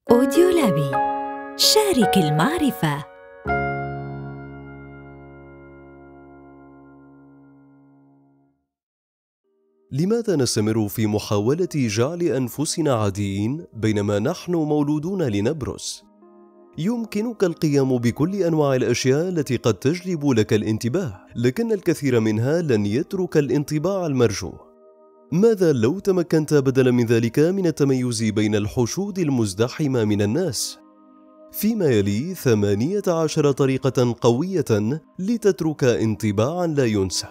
أوديو لابي. شارك المعرفة. لماذا نستمر في محاولة جعل أنفسنا عاديين بينما نحن مولودون لنبرز؟ يمكنك القيام بكل أنواع الأشياء التي قد تجلب لك الانتباه، لكن الكثير منها لن يترك الانطباع المرجو. ماذا لو تمكنت بدلا من ذلك من التميز بين الحشود المزدحمة من الناس؟ فيما يلي 18 طريقة قوية لتترك انطباعا لا ينسى.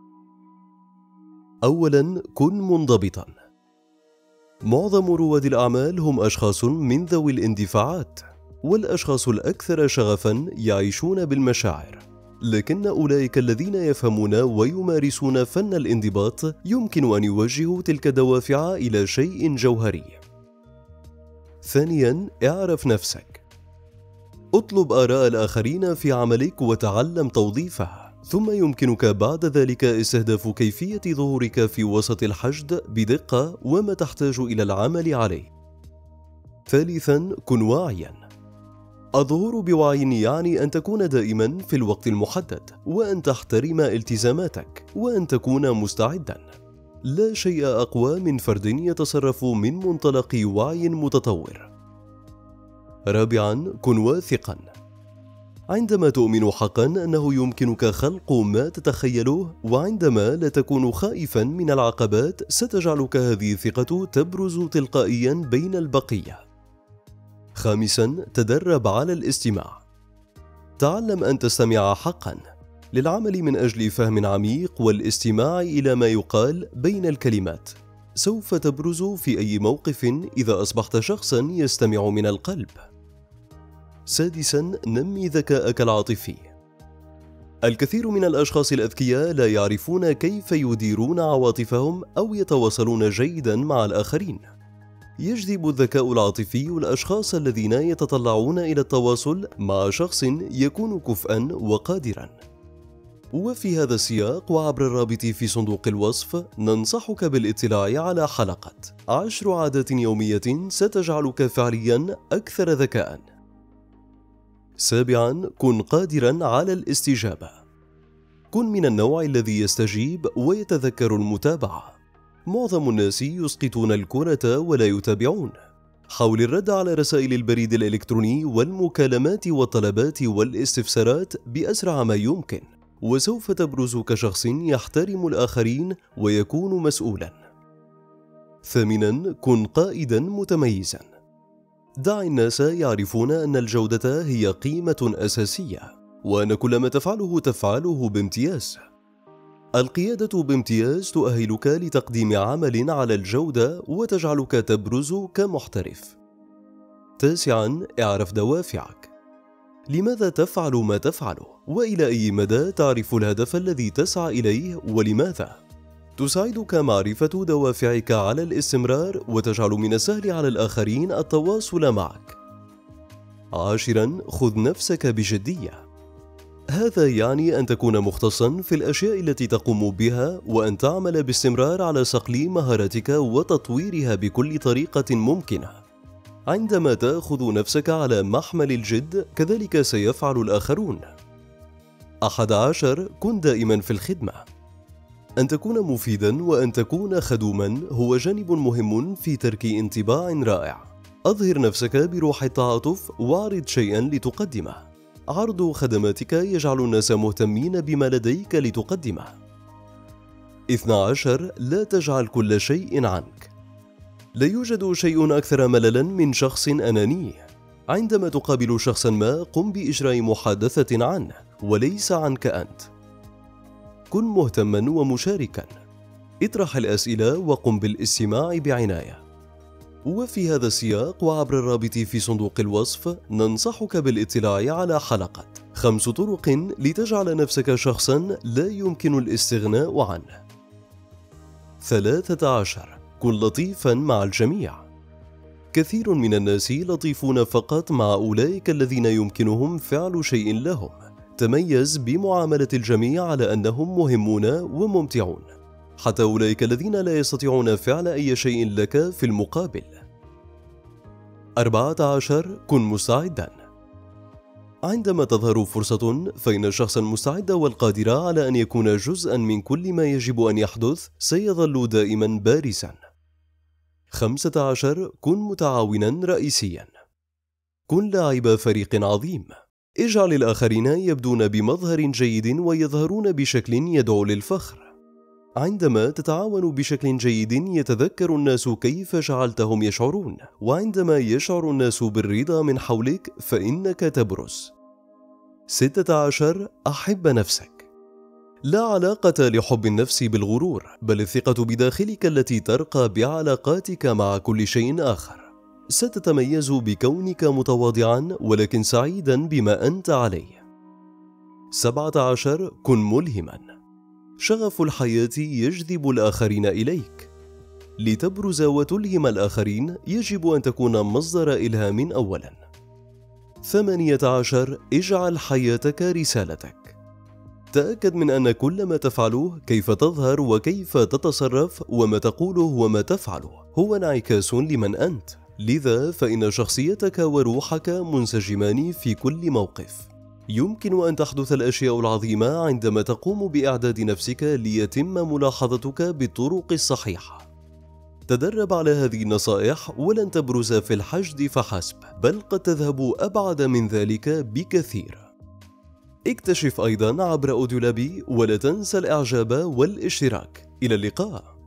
أولاً، كن منضبطاً. معظم رواد الأعمال هم أشخاص من ذوي الاندفاعات، والأشخاص الأكثر شغفاً يعيشون بالمشاعر، لكن أولئك الذين يفهمون ويمارسون فن الانضباط يمكن أن يوجهوا تلك الدوافع إلى شيء جوهري. ثانياً، اعرف نفسك. اطلب آراء الآخرين في عملك وتعلم توظيفها، ثم يمكنك بعد ذلك استهداف كيفية ظهورك في وسط الحشد بدقة وما تحتاج إلى العمل عليه. ثالثاً، كن واعياً. الظهور بوعي يعني أن تكون دائماً في الوقت المحدد، وأن تحترم التزاماتك، وأن تكون مستعداً. لا شيء أقوى من فرد يتصرف من منطلق وعي متطور. رابعاً، كن واثقاً. عندما تؤمن حقاً أنه يمكنك خلق ما تتخيله، وعندما لا تكون خائفاً من العقبات، ستجعلك هذه الثقة تبرز تلقائياً بين البقية. خامساً، تدرب على الاستماع. تعلم أن تستمع حقاً للعمل من أجل فهم عميق والاستماع إلى ما يقال بين الكلمات. سوف تبرز في أي موقف إذا أصبحت شخصاً يستمع من القلب. سادساً، نمي ذكاءك العاطفي. الكثير من الأشخاص الأذكياء لا يعرفون كيف يديرون عواطفهم أو يتواصلون جيداً مع الآخرين. يجذب الذكاء العاطفي الأشخاص الذين يتطلعون إلى التواصل مع شخص يكون كفءاً وقادراً. وفي هذا السياق وعبر الرابط في صندوق الوصف ننصحك بالاطلاع على حلقة 10 عادات يومية ستجعلك فعلياً أكثر ذكاءً. سابعاً، كن قادراً على الاستجابة. كن من النوع الذي يستجيب ويتذكر المتابعة. معظم الناس يسقطون الكرة ولا يتابعون. حاول الرد على رسائل البريد الإلكتروني والمكالمات والطلبات والاستفسارات بأسرع ما يمكن، وسوف تبرز كشخص يحترم الآخرين ويكون مسؤولاً. ثامناً، كن قائداً متميزاً. دع الناس يعرفون أن الجودة هي قيمة أساسية، وأن كل ما تفعله بامتياز. القيادة بامتياز تؤهلك لتقديم عمل على الجودة وتجعلك تبرز كمحترف. تاسعاً، اعرف دوافعك. لماذا تفعل ما تفعله؟ وإلى أي مدى تعرف الهدف الذي تسعى إليه ولماذا؟ تساعدك معرفة دوافعك على الاستمرار وتجعل من السهل على الآخرين التواصل معك. عاشراً، خذ نفسك بجدية. هذا يعني أن تكون مختصاً في الأشياء التي تقوم بها، وأن تعمل باستمرار على صقل مهاراتك وتطويرها بكل طريقة ممكنة. عندما تأخذ نفسك على محمل الجد، كذلك سيفعل الآخرون. 11، كن دائماً في الخدمة. أن تكون مفيداً وأن تكون خدوماً هو جانب مهم في ترك انطباع رائع. أظهر نفسك بروح التعاطف واعرض شيئاً لتقدمه. عرض خدماتك يجعل الناس مهتمين بما لديك لتقدمه. 12، لا تجعل كل شيء عنك. لا يوجد شيء أكثر مللاً من شخص أناني. عندما تقابل شخصاً ما، قم بإجراء محادثة عنه وليس عنك أنت. كن مهتماً ومشاركاً. اطرح الأسئلة وقم بالاستماع بعناية. وفي هذا السياق وعبر الرابط في صندوق الوصف ننصحك بالاطلاع على حلقة 5 طرق لتجعل نفسك شخصاً لا يمكن الاستغناء عنه. 13، كن لطيفاً مع الجميع. كثير من الناس لطيفون فقط مع أولئك الذين يمكنهم فعل شيء لهم. تميز بمعاملة الجميع على أنهم مهمون وممتعون، حتى أولئك الذين لا يستطيعون فعل أي شيء لك في المقابل. 14. كن مستعدا. عندما تظهر فرصة فإن الشخص المستعد والقادر على أن يكون جزءا من كل ما يجب أن يحدث سيظل دائما بارزا. 15. كن متعاونا رئيسيا. كن لاعب فريق عظيم. اجعل الآخرين يبدون بمظهر جيد ويظهرون بشكل يدعو للفخر. عندما تتعاون بشكل جيد يتذكر الناس كيف جعلتهم يشعرون، وعندما يشعر الناس بالرضا من حولك فإنك تبرز. 16. أحب نفسك. لا علاقة لحب النفس بالغرور، بل الثقة بداخلك التي ترقى بعلاقاتك مع كل شيء آخر. ستتميز بكونك متواضعا ولكن سعيدا بما أنت عليه. 17. كن ملهما. شغف الحياة يجذب الآخرين إليك. لتبرز وتلهم الآخرين يجب أن تكون مصدر إلهام أولا. 18. اجعل حياتك رسالتك. تأكد من أن كل ما تفعله، كيف تظهر وكيف تتصرف وما تقوله وما تفعله، هو انعكاس لمن أنت. لذا فإن شخصيتك وروحك منسجمان في كل موقف. يمكن أن تحدث الأشياء العظيمة عندما تقوم بإعداد نفسك ليتم ملاحظتك بالطرق الصحيحة. تدرب على هذه النصائح ولن تبرز في الحشد فحسب، بل قد تذهب أبعد من ذلك بكثير. اكتشف أيضا عبر أوديولابي، ولا تنسى الإعجاب والاشتراك. إلى اللقاء.